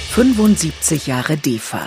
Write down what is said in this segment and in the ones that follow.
75 Jahre DEFA.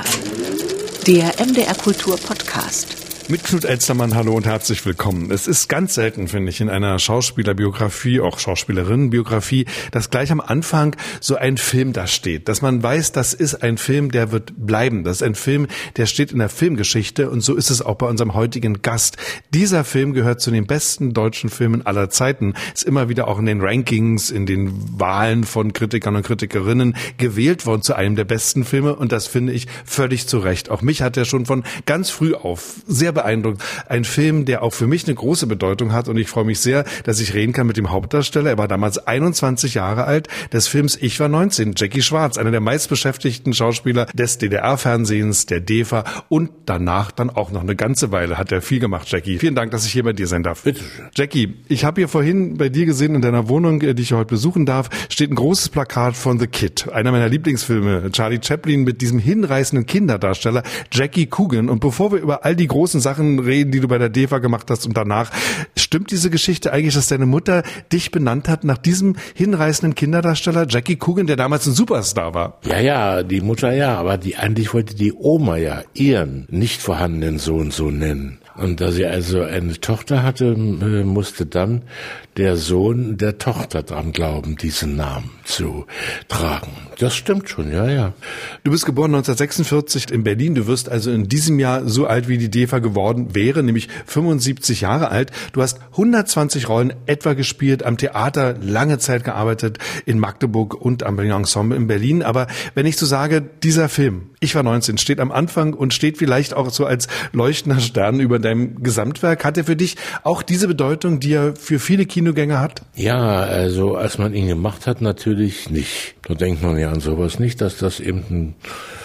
Der MDR Kultur Podcast. Mit Knut Elstermann, hallo und herzlich willkommen. Es ist ganz selten, finde ich, in einer Schauspielerbiografie, auch Schauspielerinnenbiografie, dass gleich am Anfang so ein Film da steht. Dass man weiß, das ist ein Film, der wird bleiben. Das ist ein Film, der steht in der Filmgeschichte, und so ist es auch bei unserem heutigen Gast. Dieser Film gehört zu den besten deutschen Filmen aller Zeiten. Ist immer wieder auch in den Rankings, in den Wahlen von Kritikern und Kritikerinnen gewählt worden zu einem der besten Filme, und das finde ich völlig zu Recht. Auch mich hat er schon von ganz früh auf sehr beeindruckt. Ein Film, der auch für mich eine große Bedeutung hat, und ich freue mich sehr, dass ich reden kann mit dem Hauptdarsteller. Er war damals 21 Jahre alt, des Films Ich war 19, Jackie Schwarz, einer der meistbeschäftigten Schauspieler des DDR-Fernsehens, der DEFA, und danach dann auch noch eine ganze Weile hat er viel gemacht, Jackie. Vielen Dank, dass ich hier bei dir sein darf. Bitte. Jackie, ich habe hier vorhin bei dir gesehen in deiner Wohnung, die ich heute besuchen darf, steht ein großes Plakat von The Kid, einer meiner Lieblingsfilme, Charlie Chaplin mit diesem hinreißenden Kinderdarsteller Jackie Coogan. Und bevor wir über all die großen Sachen reden, die du bei der DEFA gemacht hast und danach, stimmt diese Geschichte eigentlich, dass deine Mutter dich benannt hat nach diesem hinreißenden Kinderdarsteller Jackie Coogan, der damals ein Superstar war? Ja, die Mutter ja, aber eigentlich wollte die Oma ja ihren nicht vorhandenen Sohn so nennen. Und da sie also eine Tochter hatte, musste dann der Sohn der Tochter dran glauben, diesen Namen zu tragen. Das stimmt schon, ja. Du bist geboren 1946 in Berlin. Du wirst also in diesem Jahr so alt, wie die DEFA geworden wäre, nämlich 75 Jahre alt. Du hast 120 Rollen etwa gespielt, am Theater lange Zeit gearbeitet, in Magdeburg und am Ensemble in Berlin. Aber wenn ich so sage, dieser Film, Ich war 19, steht am Anfang und steht vielleicht auch so als leuchtender Stern über deinem Gesamtwerk. Hat er für dich auch diese Bedeutung, die er für viele Kinogänger hat? Ja, also als man ihn gemacht hat, natürlich nicht. Da denkt man ja an sowas nicht, dass das eben ein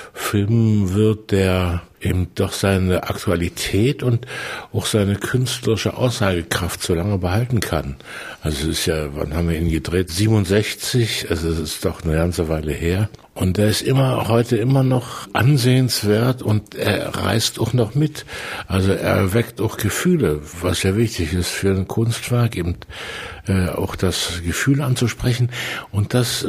Film wird, der eben doch seine Aktualität und auch seine künstlerische Aussagekraft so lange behalten kann. Also es ist ja, wann haben wir ihn gedreht? 67, also es ist doch eine ganze Weile her. Und er ist heute immer noch ansehenswert, und er reißt auch noch mit. Also er weckt auch Gefühle, was ja wichtig ist für ein Kunstwerk, eben auch das Gefühl anzusprechen. Und das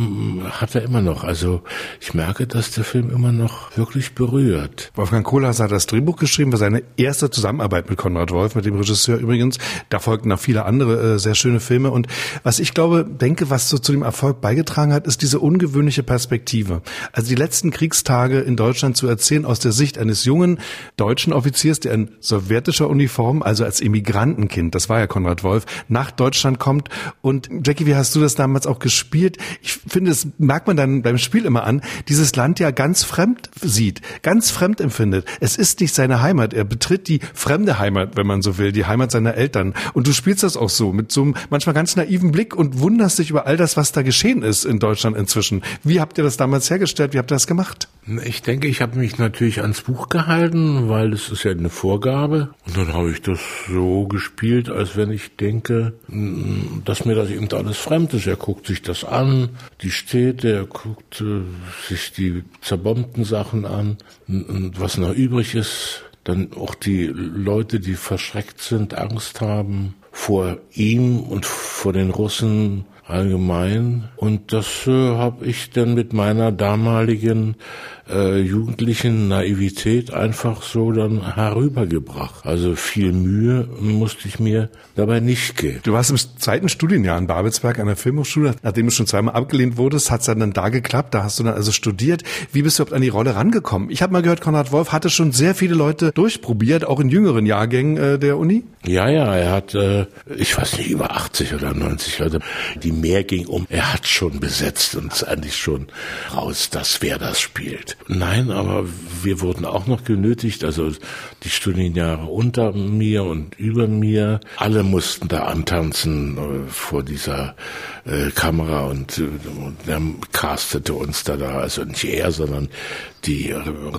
hat er immer noch. Also ich merke, dass der Film immer noch wirklich berührt. Wolfgang Kohlhaas hat das Drehbuch geschrieben, war seine erste Zusammenarbeit mit Konrad Wolf, mit dem Regisseur übrigens. Da folgten noch viele andere sehr schöne Filme. Und was ich denke, was so zu dem Erfolg beigetragen hat, ist diese ungewöhnliche Perspektive. Also die letzten Kriegstage in Deutschland zu erzählen aus der Sicht eines jungen deutschen Offiziers, der in sowjetischer Uniform, also als Immigrantenkind, das war ja Konrad Wolf, nach Deutschland kommt. Und Jackie, wie hast du das damals auch gespielt? Ich finde, das merkt man dann beim Spiel immer an, dieses Land ja ganz fremd sieht, ganz fremd empfindet. Es ist nicht seine Heimat. Er betritt die fremde Heimat, wenn man so will, die Heimat seiner Eltern. Und du spielst das auch so, mit so einem manchmal ganz naiven Blick, und wunderst dich über all das, was da geschehen ist in Deutschland inzwischen. Wie habt ihr das damals hergestellt? Wie habt ihr das gemacht? Ich denke, ich habe mich natürlich ans Buch gehalten, weil es ist ja eine Vorgabe. Und dann habe ich das so gespielt, als wenn ich denke, dass mir das eben alles fremd ist. Er guckt sich das an, die Städte, er guckt sich die zerbombten Sachen an, und was noch übrig ist. Dann auch die Leute, die verschreckt sind, Angst haben vor ihm und vor den Russen allgemein. Und das habe ich dann mit meiner damaligen jugendlichen Naivität einfach so dann herübergebracht. Also viel Mühe musste ich mir dabei nicht geben. Du warst im zweiten Studienjahr in Babelsberg an der Filmhochschule. Nachdem du schon zweimal abgelehnt wurdest, hat es dann da geklappt. Da hast du dann also studiert. Wie bist du überhaupt an die Rolle rangekommen? Ich habe mal gehört, Konrad Wolf hatte schon sehr viele Leute durchprobiert, auch in jüngeren Jahrgängen der Uni. Ja, er hat, ich weiß nicht, über 80 oder 90 Leute, die mehr ging um. Er hat schon besetzt und ist eigentlich schon raus, dass wer das spielt. Nein, aber wir wurden auch noch genötigt, also die Studienjahre unter mir und über mir, alle mussten da antanzen vor dieser Kamera, und der castete uns da, also nicht er, sondern die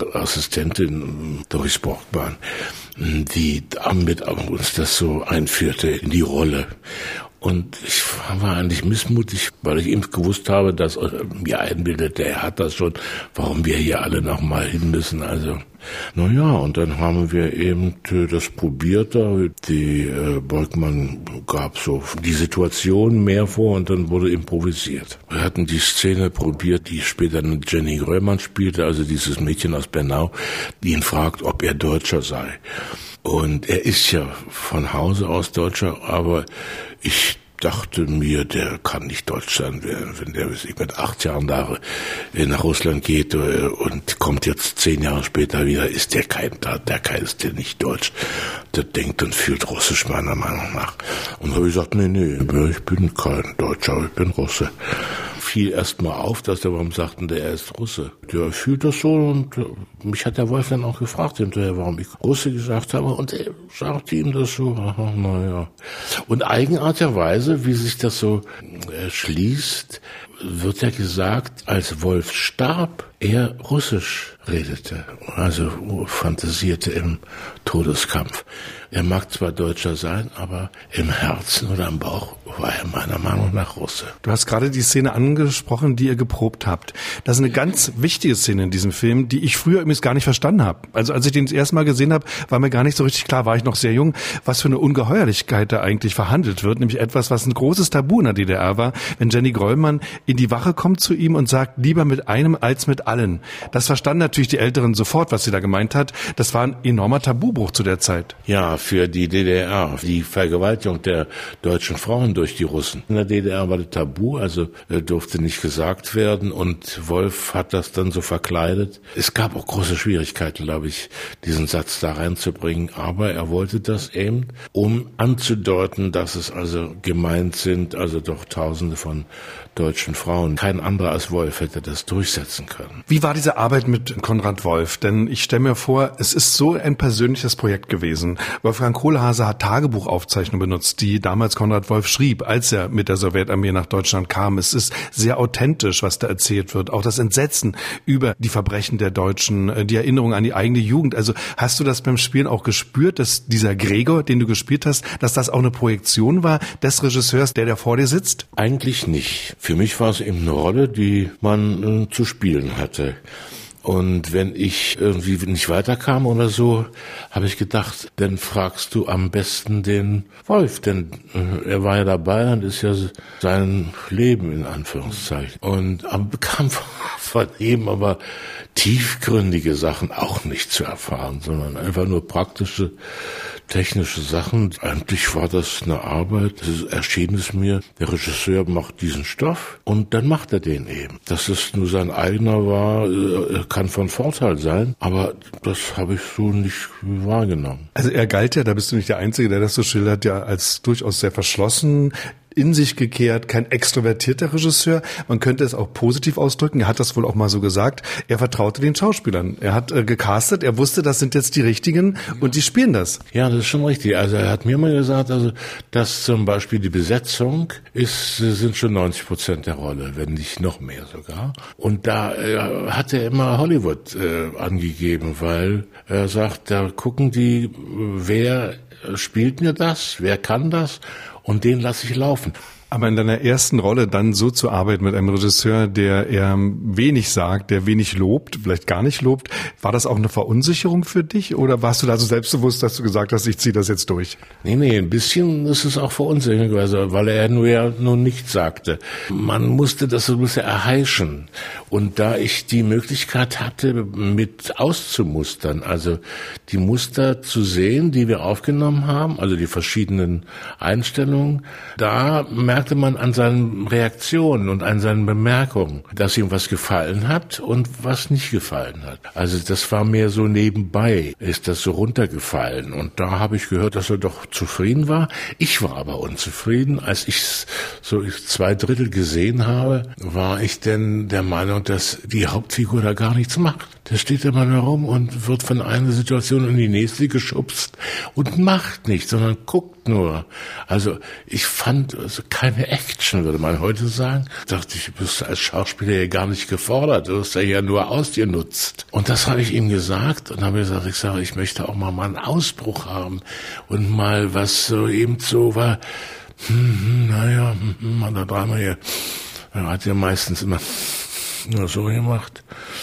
Assistentin Doris Borgmann, die mit uns das so einführte in die Rolle. Und ich war eigentlich missmutig, weil ich eben gewusst habe, dass mir einbildete, er hat das schon, warum wir hier alle noch mal hin müssen. Also, naja, und dann haben wir eben das probiert. Die Borgmann gab so die Situation mehr vor und dann wurde improvisiert. Wir hatten die Szene probiert, die später Jenny Gröllmann spielte, also dieses Mädchen aus Bernau, die ihn fragt, ob er Deutscher sei. Und er ist ja von Hause aus Deutscher, aber ich dachte mir, der kann nicht deutsch sein, wenn der mit 8 Jahren nach Russland geht und kommt jetzt 10 Jahre später wieder, ist der ist der nicht deutsch. Der denkt und fühlt Russisch meiner Meinung nach. Und habe ich gesagt, nee, ich bin kein Deutscher, ich bin Russe. Fiel erst mal auf, dass der warum sagten, der ist Russe. Der fühlt das so und mich hat der Wolf dann auch gefragt hinterher, warum ich Russe gesagt habe und er sagte ihm das so, naja. Und eigenartigerweise, wie sich das so schließt, wird ja gesagt, als Wolf starb, er Russisch redete, also fantasierte im Todeskampf. Er mag zwar Deutscher sein, aber im Herzen oder im Bauch war er meiner Meinung nach Russe. Du hast gerade die Szene angesprochen, die ihr geprobt habt. Das ist eine ganz wichtige Szene in diesem Film, die ich früher übrigens gar nicht verstanden habe. Also als ich den das erste Mal gesehen habe, war mir gar nicht so richtig klar, war ich noch sehr jung, was für eine Ungeheuerlichkeit da eigentlich verhandelt wird. Nämlich etwas, was ein großes Tabu in der DDR war, wenn Jenny Gröllmann in die Wache kommt zu ihm und sagt, lieber mit einem als mit allen. Das verstanden natürlich die Älteren sofort, was sie da gemeint hat. Das war ein enormer Tabubruch zu der Zeit. Ja, für die DDR, die Vergewaltigung der deutschen Frauen durch die Russen. In der DDR war das Tabu, also durfte nicht gesagt werden und Wolf hat das dann so verkleidet. Es gab auch große Schwierigkeiten, glaube ich, diesen Satz da reinzubringen, aber er wollte das eben, um anzudeuten, dass es also gemeint sind, also doch Tausende von deutschen Frauen. Kein anderer als Wolf hätte das durchsetzen können. Wie war diese Arbeit mit Konrad Wolf? Denn ich stelle mir vor, es ist so ein persönliches Projekt gewesen. Wolfgang Kohlhase hat Tagebuchaufzeichnungen benutzt, die damals Konrad Wolf schrieb, als er mit der Sowjetarmee nach Deutschland kam. Es ist sehr authentisch, was da erzählt wird. Auch das Entsetzen über die Verbrechen der Deutschen, die Erinnerung an die eigene Jugend. Also hast du das beim Spielen auch gespürt, dass dieser Gregor, den du gespielt hast, dass das auch eine Projektion war des Regisseurs, der vor dir sitzt? Eigentlich nicht. Für mich war es eben eine Rolle, die man zu spielen hatte. Und wenn ich irgendwie nicht weiterkam oder so, habe ich gedacht, dann fragst du am besten den Wolf, denn er war ja dabei und ist ja sein Leben in Anführungszeichen. Und bekam von ihm aber tiefgründige Sachen auch nicht zu erfahren, sondern einfach nur praktische, technische Sachen. Eigentlich war das eine Arbeit, erschien es mir, der Regisseur macht diesen Stoff und dann macht er den eben. Dass es nur sein eigener war, kann von Vorteil sein, aber das habe ich so nicht wahrgenommen. Also er galt ja, da bist du nicht der Einzige, der das so schildert, ja als durchaus sehr verschlossen, in sich gekehrt, kein extrovertierter Regisseur. Man könnte es auch positiv ausdrücken. Er hat das wohl auch mal so gesagt. Er vertraute den Schauspielern. Er hat gecastet, er wusste, das sind jetzt die Richtigen und die spielen das. Ja, das ist schon richtig. Also er hat mir mal gesagt, also dass zum Beispiel die Besetzung sind schon 90% der Rolle, wenn nicht noch mehr sogar. Und da hat er immer Hollywood angegeben, weil er sagt, da gucken die, wer spielt mir das, wer kann das? Und den lasse ich laufen. Aber in deiner ersten Rolle dann so zu arbeiten mit einem Regisseur, der eher wenig sagt, der wenig lobt, vielleicht gar nicht lobt, war das auch eine Verunsicherung für dich? Oder warst du da so selbstbewusst, dass du gesagt hast, ich ziehe das jetzt durch? Nee, ein bisschen ist es auch verunsichernd gewesen, weil er nur nichts sagte. Man musste das so ein bisschen erheischen. Und da ich die Möglichkeit hatte, mit auszumustern, also die Muster zu sehen, die wir aufgenommen haben, also die verschiedenen Einstellungen, da merkte man an seinen Reaktionen und an seinen Bemerkungen, dass ihm was gefallen hat und was nicht gefallen hat. Also das war mehr so nebenbei, ist das so runtergefallen. Und da habe ich gehört, dass er doch zufrieden war. Ich war aber unzufrieden. Als ich so 2/3 gesehen habe, war ich denn der Meinung, dass die Hauptfigur da gar nichts macht. Der steht immer nur rum und wird von einer Situation in die nächste geschubst und macht nichts, sondern guckt nur. Also ich fand keine Action, würde man heute sagen. Dachte ich, du bist als Schauspieler ja gar nicht gefordert, du wirst ja nur ausgenutzt. Und das habe ich ihm gesagt und habe gesagt, ich möchte auch mal einen Ausbruch haben und mal was so eben so war. oder dreimal hier. Er hat ja meistens immer nur so gemacht.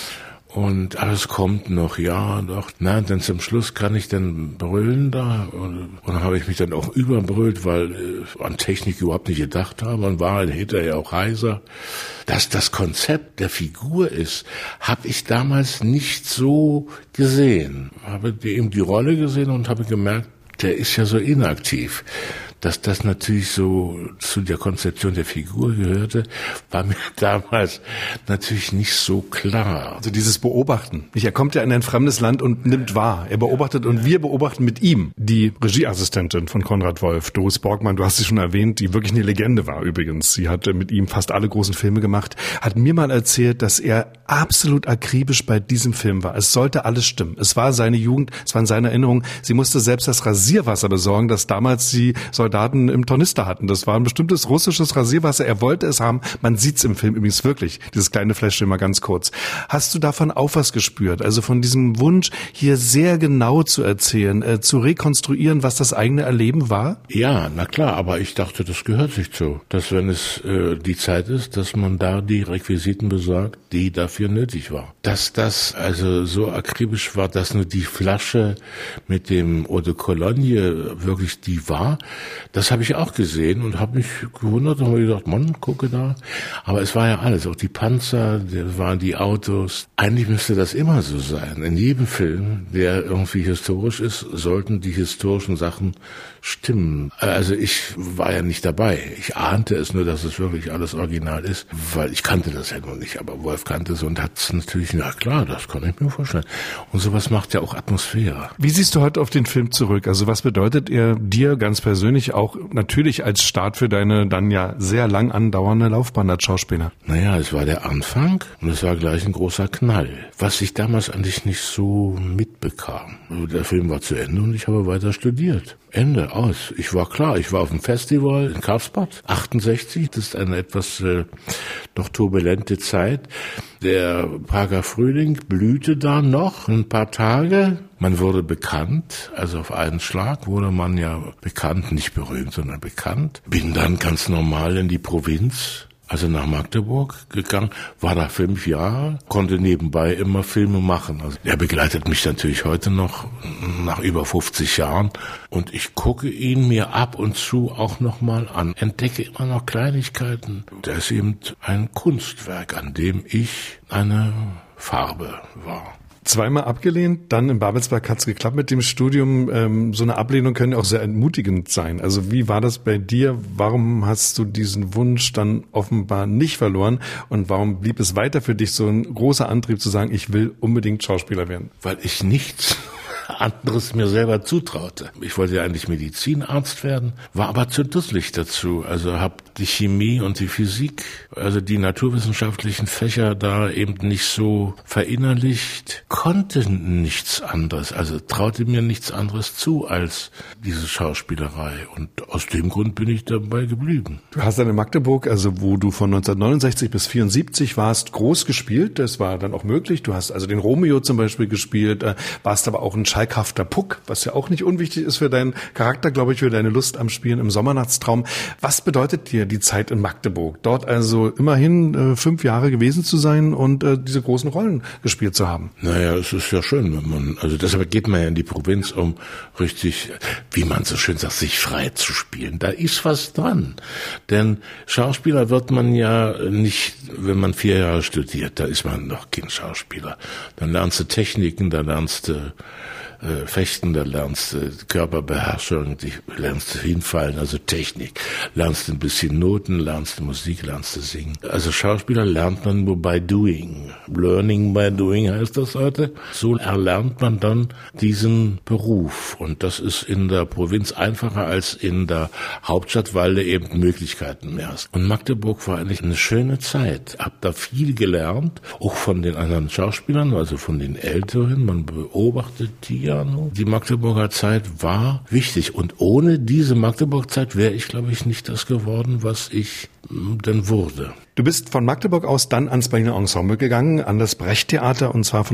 Und alles kommt noch, ja, doch. Na, und dann zum Schluss kann ich dann brüllen da. Und dann habe ich mich dann auch überbrüllt, weil an Technik überhaupt nicht gedacht habe. Und war hinterher auch heiser. Dass das Konzept der Figur ist, habe ich damals nicht so gesehen. Habe eben die Rolle gesehen und habe gemerkt, der ist ja so inaktiv. Dass das natürlich so zu der Konzeption der Figur gehörte, war mir damals natürlich nicht so klar. Also dieses Beobachten. Er kommt ja in ein fremdes Land und nimmt wahr. Er beobachtet und wir beobachten mit ihm. Die Regieassistentin von Konrad Wolf, Doris Borgmann, du hast sie schon erwähnt, die wirklich eine Legende war übrigens. Sie hat mit ihm fast alle großen Filme gemacht, hat mir mal erzählt, dass er absolut akribisch bei diesem Film war. Es sollte alles stimmen. Es war seine Jugend, es waren seine Erinnerungen. Sie musste selbst das Rasierwasser besorgen, das damals die Soldaten im Tornister hatten. Das war ein bestimmtes russisches Rasierwasser. Er wollte es haben. Man sieht's im Film übrigens wirklich. Dieses kleine Fläschchen mal ganz kurz. Hast du davon auch was gespürt? Also von diesem Wunsch, hier sehr genau zu erzählen, zu rekonstruieren, was das eigene Erleben war? Ja, na klar, aber ich dachte, das gehört sich zu. Dass wenn es die Zeit ist, dass man da die Requisiten besorgt, die dafür nötig war. Dass das also so akribisch war, dass nur die Flasche mit dem Eau de Cologne wirklich die war, das habe ich auch gesehen und habe mich gewundert und habe gedacht, Mann, gucke da. Aber es war ja alles, auch die Panzer, das waren die Autos. Eigentlich müsste das immer so sein. In jedem Film, der irgendwie historisch ist, sollten die historischen Sachen stimmen. Also ich war ja nicht dabei. Ich ahnte es nur, dass es wirklich alles original ist, weil ich kannte das ja noch nicht. Aber Wolf kannte es und hat es natürlich, na klar, das kann ich mir vorstellen. Und sowas macht ja auch Atmosphäre. Wie siehst du heute auf den Film zurück? Also was bedeutet er dir ganz persönlich auch natürlich als Start für deine dann ja sehr lang andauernde Laufbahn als Schauspieler? Naja, es war der Anfang und es war gleich ein großer Knall, was ich damals eigentlich nicht so mitbekam. Der Film war zu Ende und ich habe weiter studiert. Ende, aus. Ich war klar, ich war auf dem Festival in Karlsbad, 68, das ist eine etwas doch turbulente Zeit. Der Prager Frühling blühte da noch ein paar Tage. Man wurde bekannt, also auf einen Schlag wurde man ja bekannt, nicht berühmt, sondern bekannt. Bin dann ganz normal in die Provinz, also nach Magdeburg gegangen, war da 5 Jahre, konnte nebenbei immer Filme machen. Also er begleitet mich natürlich heute noch nach über 50 Jahren und ich gucke ihn mir ab und zu auch nochmal an, entdecke immer noch Kleinigkeiten. Der ist eben ein Kunstwerk, an dem ich eine Farbe war. Zweimal abgelehnt, dann in Babelsberg hat's geklappt mit dem Studium. So eine Ablehnung kann ja auch sehr entmutigend sein. Also wie war das bei dir? Warum hast du diesen Wunsch dann offenbar nicht verloren? Und warum blieb es weiter für dich so ein großer Antrieb zu sagen, ich will unbedingt Schauspieler werden? Weil ich nichts anderes mir selber zutraute. Ich wollte ja eigentlich Medizinarzt werden, war aber zu dusselig dazu. Also habe die Chemie und die Physik, also die naturwissenschaftlichen Fächer da eben nicht so verinnerlicht, konnte nichts anderes, also traute mir nichts anderes zu als diese Schauspielerei. Und aus dem Grund bin ich dabei geblieben. Du hast dann in Magdeburg, also wo du von 1969 bis 74 warst, groß gespielt. Das war dann auch möglich. Du hast also den Romeo zum Beispiel gespielt, warst aber auch ein schalkhafter Puck, was ja auch nicht unwichtig ist für deinen Charakter, glaube ich, für deine Lust am Spielen im Sommernachtstraum. Was bedeutet dir die Zeit in Magdeburg? Dort also immerhin 5 Jahre gewesen zu sein und diese großen Rollen gespielt zu haben. Naja, es ist ja schön, wenn man, also deshalb geht man ja in die Provinz, um richtig, wie man so schön sagt, sich frei zu spielen. Da ist was dran. Denn Schauspieler wird man ja nicht, wenn man 4 Jahre studiert, da ist man noch kein Schauspieler. Dann lernst du Techniken, da lernst du Fechten, da lernst du Körperbeherrschung, lernst du hinfallen, also Technik, lernst du ein bisschen Noten, lernst du Musik, lernst du singen. Also Schauspieler lernt man nur by doing. Learning by doing heißt das heute. So erlernt man dann diesen Beruf. Und das ist in der Provinz einfacher als in der Hauptstadt, weil du eben Möglichkeiten mehr hast. Und Magdeburg war eigentlich eine schöne Zeit. Hab da viel gelernt, auch von den anderen Schauspielern, also von den Älteren. Man beobachtet die. Die Magdeburger Zeit war wichtig und ohne diese Magdeburg-Zeit wäre ich, glaube ich, nicht das geworden, was ich dann wurde. Du bist von Magdeburg aus dann ans Berliner Ensemble gegangen, an das Brecht-Theater, und zwar von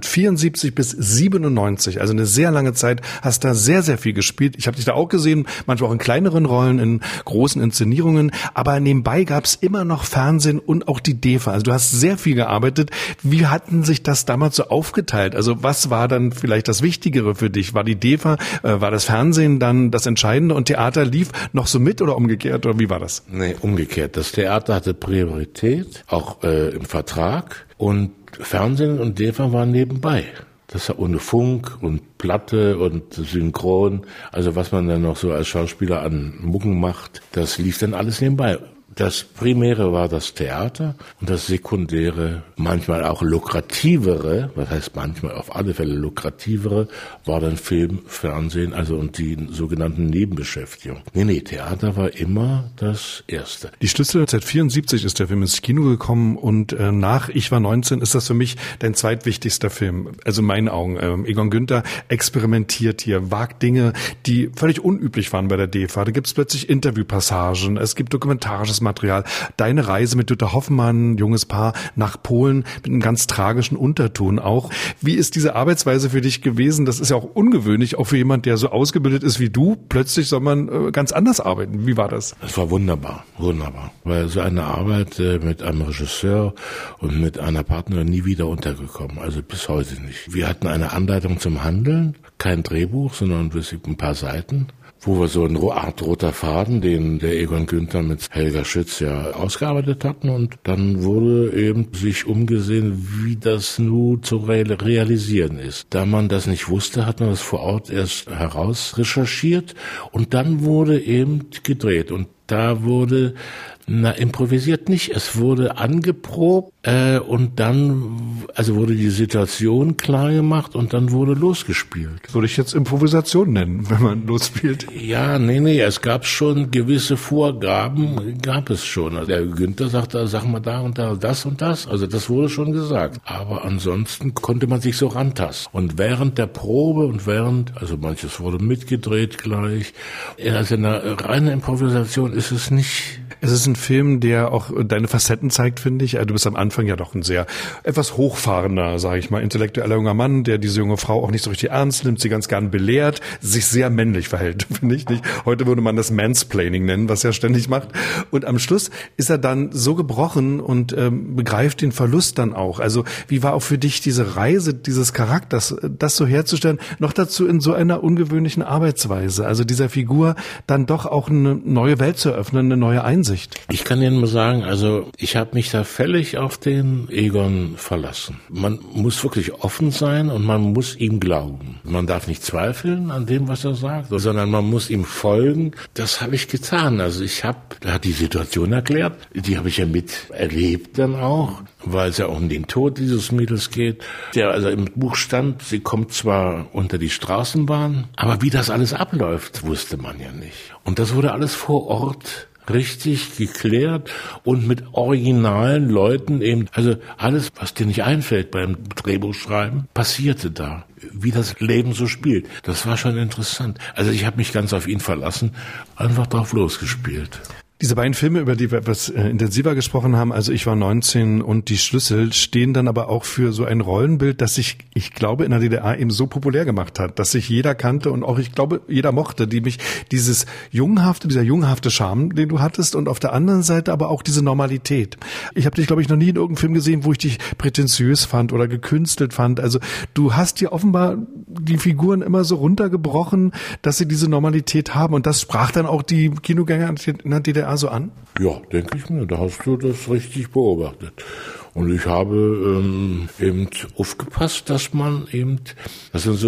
1974 bis 97. Also eine sehr lange Zeit, hast da sehr, sehr viel gespielt. Ich habe dich da auch gesehen, manchmal auch in kleineren Rollen, in großen Inszenierungen. Aber nebenbei gab es immer noch Fernsehen und auch die DEFA. Also du hast sehr viel gearbeitet. Wie hatten sich das damals so aufgeteilt? Also was war dann vielleicht das Wichtigere für dich? War die DEFA, war das Fernsehen dann das Entscheidende und Theater lief noch so mit oder umgekehrt? Oder wie war das? Nee, umgekehrt. Das Theater hatte Priorität, auch im Vertrag, und Fernsehen und DEFA waren nebenbei. Das war ohne Funk und Platte und Synchron, also was man dann noch so als Schauspieler an Mucken macht, das lief dann alles nebenbei. Das Primäre war das Theater und das Sekundäre, manchmal auch lukrativere, was heißt manchmal, auf alle Fälle lukrativere, war dann Film, Fernsehen, also und die sogenannten Nebenbeschäftigungen. Nee, Theater war immer das Erste. Die Schlüssel, 1974 ist der Film ins Kino gekommen und nach Ich war 19 ist das für mich dein zweitwichtigster Film. Also in meinen Augen. Egon Günther experimentiert hier, wagt Dinge, die völlig unüblich waren bei der DEFA. Da gibt es plötzlich Interviewpassagen, es gibt dokumentarisches Material. Deine Reise mit Jutta Hoffmann, junges Paar, nach Polen mit einem ganz tragischen Unterton auch. Wie ist diese Arbeitsweise für dich gewesen? Das ist ja auch ungewöhnlich, auch für jemand, der so ausgebildet ist wie du. Plötzlich soll man ganz anders arbeiten. Wie war das? Es war wunderbar. Weil so eine Arbeit mit einem Regisseur und mit einer Partnerin nie wieder untergekommen. Also bis heute nicht. Wir hatten eine Anleitung zum Handeln, kein Drehbuch, sondern ein paar Seiten, wo wir so eine Art roter Faden, den der Egon Günther mit Helga Schütz ja ausgearbeitet hatten, und dann wurde eben sich umgesehen, wie das nun zu realisieren ist. Da man das nicht wusste, hat man das vor Ort erst heraus recherchiert und dann wurde eben gedreht, und da wurde improvisiert nicht, es wurde angeprobt und dann wurde die Situation klar gemacht und dann wurde losgespielt. Würde ich jetzt Improvisation nennen, wenn man losspielt? Ja, nee, es gab schon gewisse Vorgaben, gab es schon. Also der Günther sagte, sag mal da und da, das und das, also das wurde schon gesagt. Aber ansonsten konnte man sich so rantasten. Und während der Probe und also manches wurde mitgedreht gleich, also eine reine Improvisation ist es nicht. Es ist ein Film, der auch deine Facetten zeigt, finde ich. Du bist am Anfang ja doch ein sehr etwas hochfahrender, sage ich mal, intellektueller junger Mann, der diese junge Frau auch nicht so richtig ernst nimmt, sie ganz gern belehrt, sich sehr männlich verhält, finde ich nicht. Heute würde man das Mansplaining nennen, was er ständig macht. Und am Schluss ist er dann so gebrochen und begreift den Verlust dann auch. Also wie war auch für dich diese Reise dieses Charakters, das so herzustellen, noch dazu in so einer ungewöhnlichen Arbeitsweise, also dieser Figur dann doch auch eine neue Welt zu eröffnen, eine neue Einsicht? Ich kann Ihnen mal sagen, also ich habe mich da völlig auf den Egon verlassen. Man muss wirklich offen sein und man muss ihm glauben. Man darf nicht zweifeln an dem, was er sagt, sondern man muss ihm folgen. Das habe ich getan. Also er hat die Situation erklärt, die habe ich ja miterlebt dann auch, weil es ja auch um den Tod dieses Mädels geht. Der also im Buch stand, sie kommt zwar unter die Straßenbahn, aber wie das alles abläuft, wusste man ja nicht. Und das wurde alles vor Ort richtig geklärt und mit originalen Leuten eben, also alles, was dir nicht einfällt beim Drehbuchschreiben, passierte da, wie das Leben so spielt. Das war schon interessant. Also ich habe mich ganz auf ihn verlassen, einfach drauf losgespielt. Diese beiden Filme, über die wir etwas intensiver gesprochen haben, also Ich war 19 und Die Schlüssel, stehen dann aber auch für so ein Rollenbild, das sich, ich glaube, in der DDR eben so populär gemacht hat, dass sich jeder kannte und auch, ich glaube, jeder mochte, dieser junghafte Charme, den du hattest, und auf der anderen Seite aber auch diese Normalität. Ich habe dich, glaube ich, noch nie in irgendeinem Film gesehen, wo ich dich prätentiös fand oder gekünstelt fand. Also du hast hier offenbar die Figuren immer so runtergebrochen, dass sie diese Normalität haben, und das sprach dann auch die Kinogänger in der DDR so an? Ja, denke ich mir, da hast du das richtig beobachtet. Und ich habe eben aufgepasst, dass man eben, dass es so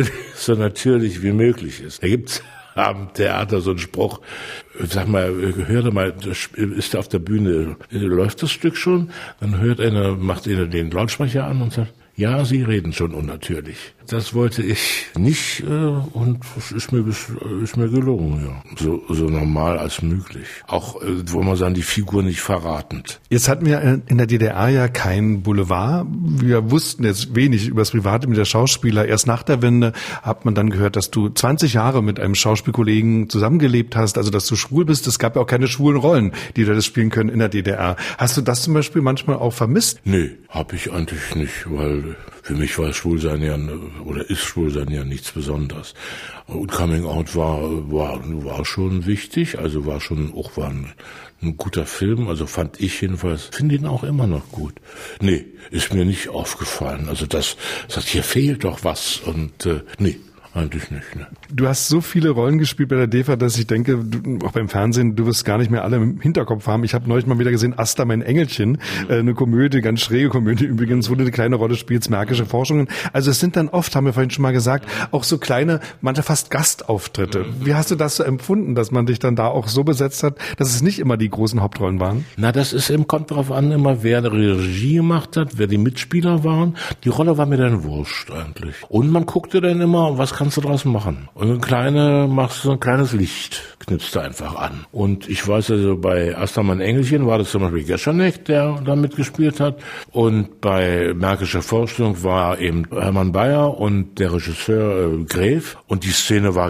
natürlich wie möglich ist. Da gibt's am Theater so einen Spruch, sag mal, hör mal, ist da auf der Bühne, läuft das Stück schon? Dann macht einer den Lautsprecher an und sagt, Ja, sie reden schon unnatürlich. Das wollte ich nicht und es ist mir gelungen, ja. So normal als möglich. Auch, wo man sagen, die Figur nicht verratend. Jetzt hatten wir in der DDR ja kein Boulevard. Wir wussten jetzt wenig über das Private mit der Schauspieler. Erst nach der Wende hat man dann gehört, dass du 20 Jahre mit einem Schauspielkollegen zusammengelebt hast, also dass du schwul bist. Es gab ja auch keine schwulen Rollen, die du das spielen können in der DDR. Hast du das zum Beispiel manchmal auch vermisst? Nee, habe ich eigentlich nicht, weil für mich war Schwulsein ja, oder ist Schwulsein ja nichts Besonderes. Und Coming Out war schon wichtig, also war ein guter Film, also fand ich jedenfalls, finde ihn auch immer noch gut. Nee, ist mir nicht aufgefallen, also das hier fehlt doch was und nee. Eigentlich nicht, ne. Du hast so viele Rollen gespielt bei der DEFA, dass ich denke, auch beim Fernsehen, du wirst gar nicht mehr alle im Hinterkopf haben. Ich habe neulich mal wieder gesehen, Asta, mein Engelchen, eine Komödie, ganz schräge Komödie übrigens, wo du eine kleine Rolle spielst, Märkische Forschungen. Also es sind dann oft, haben wir vorhin schon mal gesagt, auch so kleine, manchmal fast Gastauftritte. Wie hast du das so empfunden, dass man dich dann da auch so besetzt hat, dass es nicht immer die großen Hauptrollen waren? Na, das kommt darauf an, immer wer die Regie gemacht hat, wer die Mitspieler waren. Die Rolle war mir dann wurscht eigentlich. Und man guckte dann immer, was kannst du draus machen? Und machst du so ein kleines Licht, knipst du einfach an. Und ich weiß also, bei Asta, mein Engelchen war das zum Beispiel Gescherneck, der da mitgespielt hat. Und bei Märkische Forschung war eben Hermann Bayer und der Regisseur Gref. Und die Szene war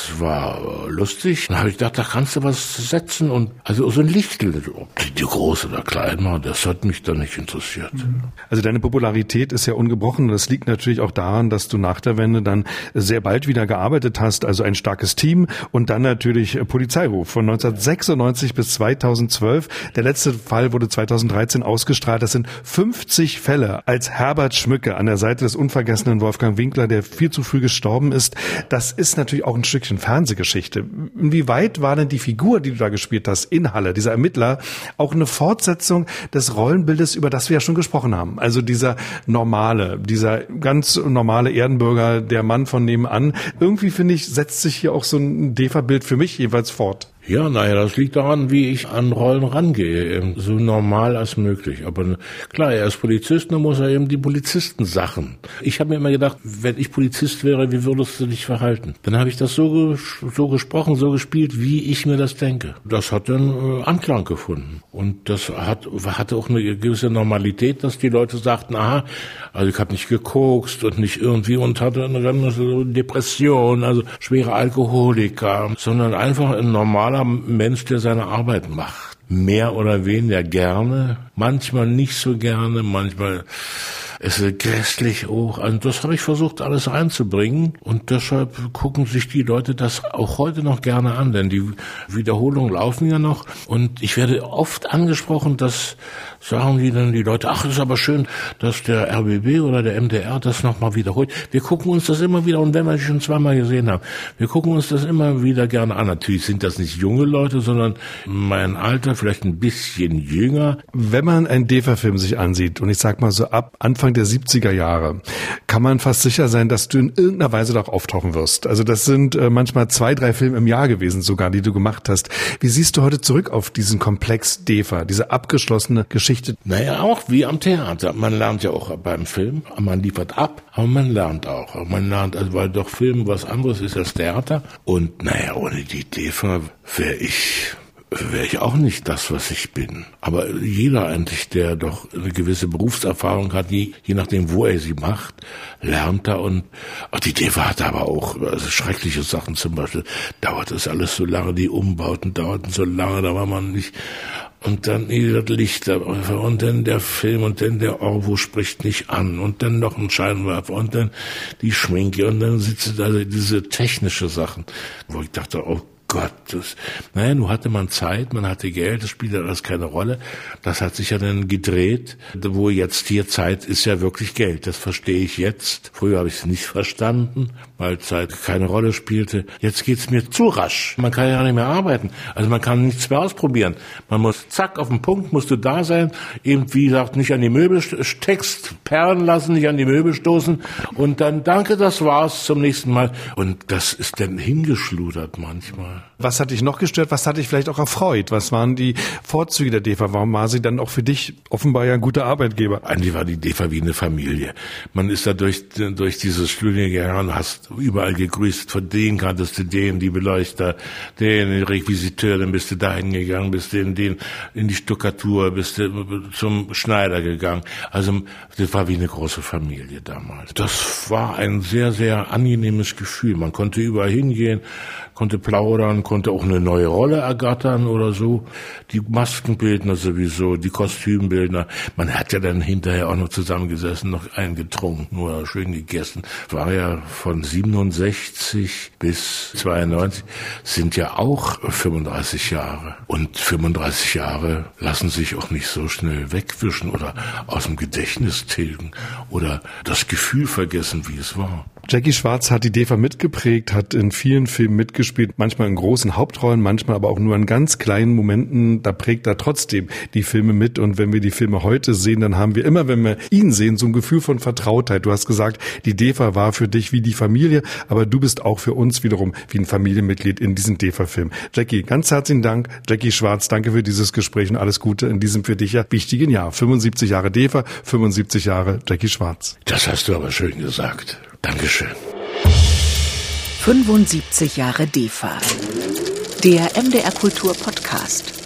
lustig. Dann habe ich gedacht, da kannst du was setzen. Und also so ein Lichtel, ob die groß oder klein war, das hat mich dann nicht interessiert. Also deine Popularität ist ja ungebrochen. Das liegt natürlich auch daran, dass du nach der Wende dann sehr bald wieder gearbeitet hast, also ein starkes Team und dann natürlich Polizeiruf von 1996 bis 2012. Der letzte Fall wurde 2013 ausgestrahlt. Das sind 50 Fälle, als Herbert Schmücke an der Seite des unvergessenen Wolfgang Winkler, der viel zu früh gestorben ist. Das ist natürlich auch ein Stückchen Fernsehgeschichte. Inwieweit war denn die Figur, die du da gespielt hast, in Halle, dieser Ermittler, auch eine Fortsetzung des Rollenbildes, über das wir ja schon gesprochen haben? Also dieser ganz normale Erdenbürger, der Mann von nebenan. Irgendwie, finde ich, setzt sich hier auch so ein DEFA-Bild für mich jeweils fort. Ja, naja, das liegt daran, wie ich an Rollen rangehe, so normal als möglich. Aber klar, er ist Polizist, dann muss er eben die Polizistensachen. Ich habe mir immer gedacht, wenn ich Polizist wäre, wie würdest du dich verhalten? Dann habe ich das so gesprochen, so gespielt, wie ich mir das denke. Das hat dann Anklang gefunden. Und das hatte auch eine gewisse Normalität, dass die Leute sagten, aha, also ich habe nicht gekokst und nicht irgendwie und hatte eine Depression, also schwere Alkoholiker, sondern einfach ein normaler Mensch, der seine Arbeit macht. Mehr oder weniger gerne, manchmal nicht so gerne, manchmal ist es grässlich hoch. Also das habe ich versucht, alles einzubringen und deshalb gucken sich die Leute das auch heute noch gerne an, denn die Wiederholungen laufen ja noch und ich werde oft angesprochen, dass sagen die dann die Leute, ach, das ist aber schön, dass der RBB oder der MDR das nochmal wiederholt. Wir gucken uns das immer wieder, und wenn wir es schon zweimal gesehen haben, wir gucken uns das immer wieder gerne an. Natürlich sind das nicht junge Leute, sondern mein Alter, vielleicht ein bisschen jünger. Wenn man einen DEFA-Film sich ansieht, und ich sag mal so ab Anfang der 70er Jahre, kann man fast sicher sein, dass du in irgendeiner Weise doch auftauchen wirst. Also das sind manchmal 2-3 Filme im Jahr gewesen sogar, die du gemacht hast. Wie siehst du heute zurück auf diesen Komplex DEFA, diese abgeschlossene Geschichte? Naja, auch wie am Theater. Man lernt ja auch beim Film, man liefert ab, aber man lernt auch. Man lernt, also weil doch Film was anderes ist als Theater. Und naja, ohne die DEFA wäre ich auch nicht das, was ich bin. Aber jeder eigentlich, der doch eine gewisse Berufserfahrung hat, je nachdem, wo er sie macht, lernt er. Und die DEFA hatte aber auch schreckliche Sachen, zum Beispiel dauert das alles so lange, die Umbauten dauerten so lange, da war man nicht. Und dann das Licht und dann der Film und dann der Orwo spricht nicht an und dann noch ein Scheinwerfer und dann die Schminke und dann sitzen da diese technische Sachen, wo ich dachte, oh Gott, nun hatte man Zeit, man hatte Geld, das spielt ja alles keine Rolle. Das hat sich ja dann gedreht, wo jetzt hier Zeit ist ja wirklich Geld. Das verstehe ich jetzt. Früher habe ich es nicht verstanden, weil Zeit keine Rolle spielte. Jetzt geht's mir zu rasch. Man kann ja nicht mehr arbeiten. Also man kann nichts mehr ausprobieren. Man muss zack, auf den Punkt musst du da sein. Eben, wie gesagt, nicht an die Möbel, Text perlen lassen, nicht an die Möbel stoßen. Und dann, danke, das war's, zum nächsten Mal. Und das ist dann hingeschludert manchmal. Was hat dich noch gestört? Was hat dich vielleicht auch erfreut? Was waren die Vorzüge der DEFA? Warum war sie dann auch für dich offenbar ja ein guter Arbeitgeber? Eigentlich war die DEFA wie eine Familie. Man ist da durch dieses Studium gegangen, hast überall gegrüßt, von denen kanntest du den, die Beleuchter, den Requisiteur, dann bist du dahin gegangen, bist du in die Stuckatur, bist du zum Schneider gegangen. Also das war wie eine große Familie damals. Das war ein sehr, sehr angenehmes Gefühl. Man konnte überall hingehen, konnte plaudern, konnte auch eine neue Rolle ergattern oder so. Die Maskenbildner sowieso, die Kostümbildner. Man hat ja dann hinterher auch noch zusammengesessen, noch einen getrunken oder schön gegessen. War ja von 67 bis 92 sind ja auch 35 Jahre. Und 35 Jahre lassen sich auch nicht so schnell wegwischen oder aus dem Gedächtnis tilgen oder das Gefühl vergessen, wie es war. Jackie Schwarz hat die DEFA mitgeprägt, hat in vielen Filmen mitgespielt, manchmal in großen Hauptrollen, manchmal aber auch nur in ganz kleinen Momenten. Da prägt er trotzdem die Filme mit. Und wenn wir die Filme heute sehen, dann haben wir immer, wenn wir ihn sehen, so ein Gefühl von Vertrautheit. Du hast gesagt, die DEFA war für dich wie die Familie, aber du bist auch für uns wiederum wie ein Familienmitglied in diesem DEFA-Film. Jackie, ganz herzlichen Dank. Jackie Schwarz, danke für dieses Gespräch und alles Gute in diesem für dich ja wichtigen Jahr. 75 Jahre DEFA, 75 Jahre Jackie Schwarz. Das hast du aber schön gesagt. Dankeschön. 75 Jahre DEFA. Der MDR Kultur Podcast.